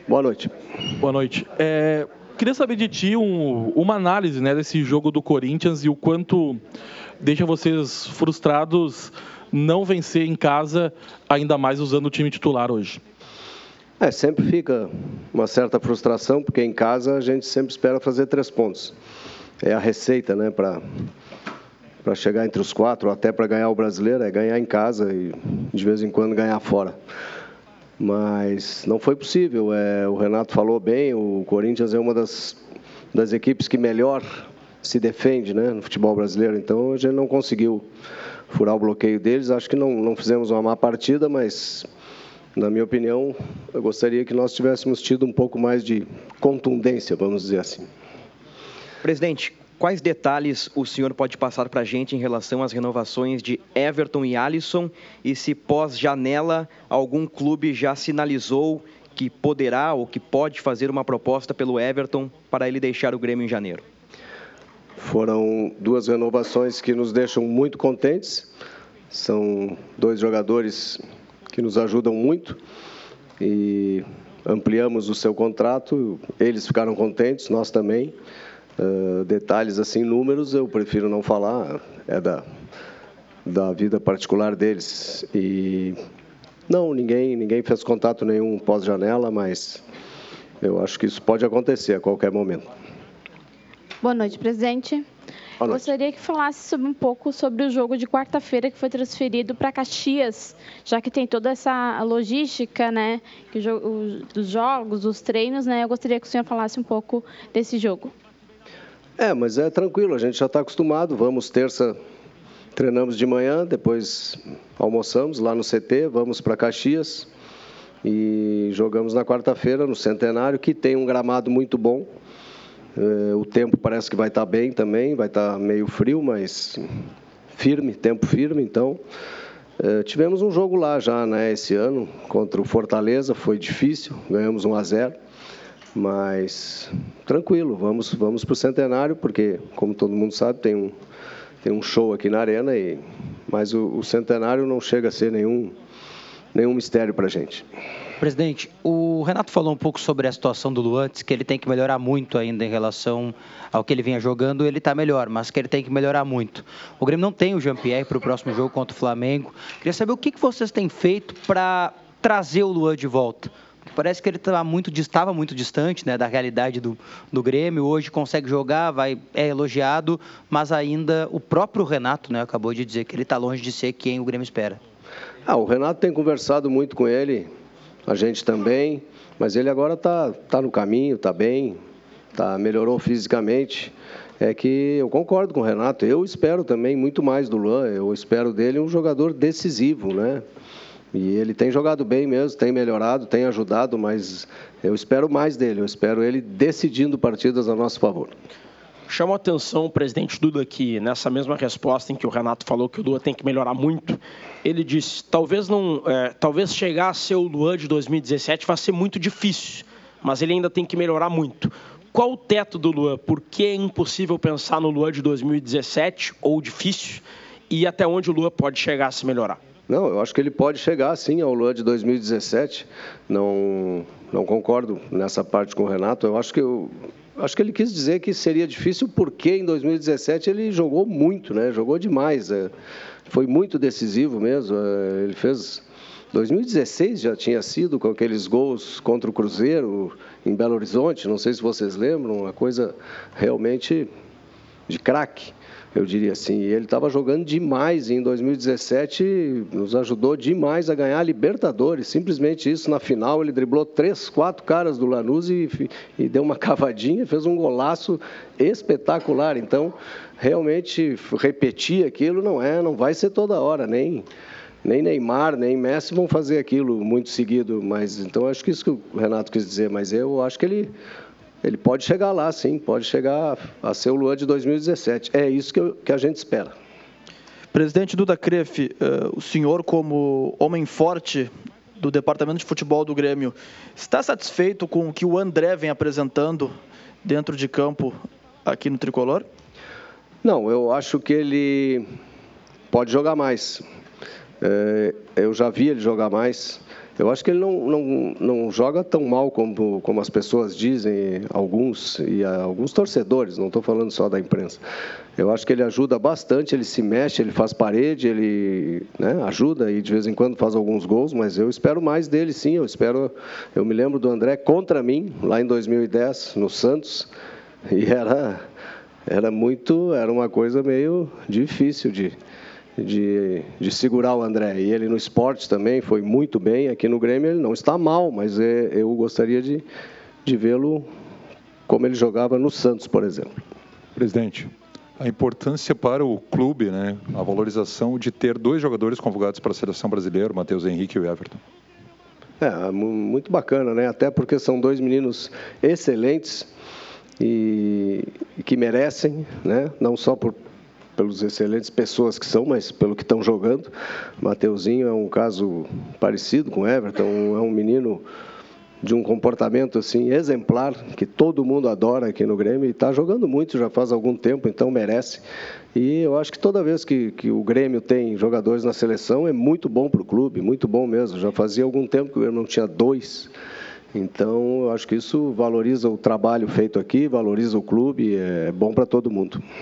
Boa noite. Boa noite. Queria saber de ti uma análise, né, desse jogo do Corinthians e o quanto deixa vocês frustrados não vencer em casa, ainda mais usando o time titular hoje. Sempre fica uma certa frustração, porque em casa a gente sempre espera fazer 3 pontos. É a receita, né, para chegar entre os 4, ou até para ganhar o Brasileiro, é ganhar em casa e de vez em quando ganhar fora. Mas não foi possível. O Renato falou bem, o Corinthians é uma das equipes que melhor se defende, né, no futebol brasileiro. Então a gente não conseguiu furar o bloqueio deles. Acho que não fizemos uma má partida, mas, na minha opinião, eu gostaria que nós tivéssemos tido um pouco mais de contundência, vamos dizer assim. Presidente, quais detalhes o senhor pode passar para a gente em relação às renovações de Everton e Alisson? E se pós-janela algum clube já sinalizou que poderá ou que pode fazer uma proposta pelo Everton para ele deixar o Grêmio em janeiro? Foram 2 renovações que nos deixam muito contentes. São 2 jogadores que nos ajudam muito e ampliamos o seu contrato. Eles ficaram contentes, nós também. Detalhes assim, números, eu prefiro não falar, é da vida particular deles. E não, ninguém fez contato nenhum pós-janela, mas eu acho que isso pode acontecer a qualquer momento. Boa noite, presidente. Boa noite. Gostaria que falasse um pouco sobre o jogo de quarta-feira que foi transferido para Caxias, já que tem toda essa logística, né, dos jogos, dos treinos, né, eu gostaria que o senhor falasse um pouco desse jogo. Mas é tranquilo, a gente já está acostumado. Vamos terça, treinamos de manhã, depois almoçamos lá no CT, vamos para Caxias e jogamos na quarta-feira no Centenário, que tem um gramado muito bom. O tempo parece que vai estar bem também, vai estar meio frio, mas firme, tempo firme. Então, tivemos um jogo lá já, né, esse ano, contra o Fortaleza, foi difícil, ganhamos 1-0. Mas tranquilo, vamos para o Centenário, porque, como todo mundo sabe, tem um show aqui na Arena, mas o Centenário não chega a ser nenhum mistério para a gente. Presidente, o Renato falou um pouco sobre a situação do Luan, disse que ele tem que melhorar muito ainda em relação ao que ele vinha jogando. Ele está melhor, mas que ele tem que melhorar muito. O Grêmio não tem o Jean-Pierre para o próximo jogo contra o Flamengo. Queria saber o que vocês têm feito para trazer o Luan de volta. Parece que ele estava muito distante, né, da realidade do Grêmio. Hoje consegue jogar, é elogiado, mas ainda o próprio Renato, né, acabou de dizer que ele está longe de ser quem o Grêmio espera. O Renato tem conversado muito com ele, a gente também, mas ele agora está no caminho, está bem, melhorou fisicamente. É que eu concordo com o Renato, eu espero também muito mais do Luan, eu espero dele um jogador decisivo, né? E ele tem jogado bem mesmo, tem melhorado, tem ajudado, mas eu espero mais dele, eu espero ele decidindo partidas a nosso favor. Chamou a atenção o presidente Duda que, nessa mesma resposta em que o Renato falou que o Luan tem que melhorar muito, ele disse, talvez chegar a ser o Luan de 2017 vai ser muito difícil, mas ele ainda tem que melhorar muito. Qual o teto do Luan? Por que é impossível pensar no Luan de 2017, ou difícil, e até onde o Luan pode chegar a se melhorar? Não, eu acho que ele pode chegar, sim, ao Luan de 2017. Não concordo nessa parte com o Renato. Eu acho que ele quis dizer que seria difícil porque em 2017 ele jogou muito, né? Jogou demais. Foi muito decisivo mesmo. Ele fez... 2016 já tinha sido com aqueles gols contra o Cruzeiro em Belo Horizonte. Não sei se vocês lembram, uma coisa realmente de craque, eu diria assim. E ele estava jogando demais e em 2017 nos ajudou demais a ganhar a Libertadores. Simplesmente isso, na final ele driblou 3, 4 caras do Lanús e deu uma cavadinha, fez um golaço espetacular. Então, realmente, repetir aquilo não vai ser toda hora, nem Neymar, nem Messi vão fazer aquilo muito seguido. Mas, então, acho que isso que o Renato quis dizer, mas eu acho que ele pode chegar lá, sim, pode chegar a ser o Luan de 2017. É isso que a gente espera. Presidente Duda Cref, o senhor, como homem forte do Departamento de Futebol do Grêmio, está satisfeito com o que o André vem apresentando dentro de campo aqui no Tricolor? Não, eu acho que ele pode jogar mais. Eu já vi ele jogar mais. Eu acho que ele não joga tão mal como as pessoas dizem, alguns torcedores, não estou falando só da imprensa. Eu acho que ele ajuda bastante, ele se mexe, ele faz parede, ele, né, ajuda e de vez em quando faz alguns gols, mas eu espero mais dele, sim. Eu me lembro do André contra mim, lá em 2010, no Santos, e era uma coisa meio difícil de segurar o André. E ele no esporte também foi muito bem. Aqui no Grêmio ele não está mal, mas eu gostaria de vê-lo como ele jogava no Santos, por exemplo. Presidente, a importância para o clube, né, a valorização de ter 2 jogadores convocados para a seleção brasileira, o Matheus Henrique e o Everton. Muito bacana, né? Até porque são 2 meninos excelentes e que merecem, né? Não só pelos excelentes pessoas que são, mas pelo que estão jogando. Mateuzinho é um caso parecido com o Everton, é um menino de um comportamento assim exemplar, que todo mundo adora aqui no Grêmio, e está jogando muito já faz algum tempo, então merece. E eu acho que toda vez que o Grêmio tem jogadores na seleção, é muito bom para o clube, muito bom mesmo. Já fazia algum tempo que o Grêmio não tinha 2. Então, eu acho que isso valoriza o trabalho feito aqui, valoriza o clube, é bom para todo mundo.